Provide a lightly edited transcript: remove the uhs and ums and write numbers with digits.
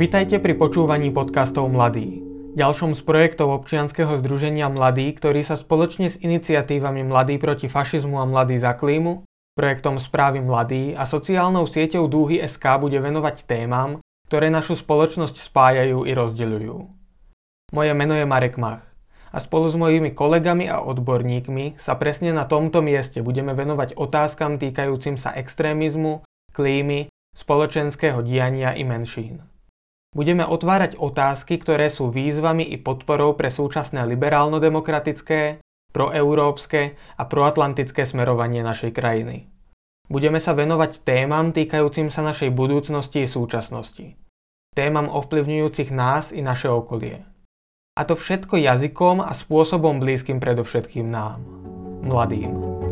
Vítajte pri počúvaní podcastov Mladí, ďalšom z projektov občianskeho združenia Mladí, ktorý sa spoločne s iniciatívami Mladí proti fašizmu a Mladí za klímu, projektom Správy Mladí a sociálnou sieťou Dúhy.sk bude venovať témam, ktoré našu spoločnosť spájajú i rozdeľujú. Moje meno je Marek Mach a spolu s mojimi kolegami a odborníkmi sa presne na tomto mieste budeme venovať otázkam týkajúcim sa extrémizmu, klímy, spoločenského diania i menšín. Budeme otvárať otázky, ktoré sú výzvami i podporou pre súčasné liberálno-demokratické, proeurópske a proatlantické smerovanie našej krajiny. Budeme sa venovať témam týkajúcim sa našej budúcnosti i súčasnosti. Témam ovplyvňujúcich nás i naše okolie. A to všetko jazykom a spôsobom blízkym predovšetkým nám, mladým.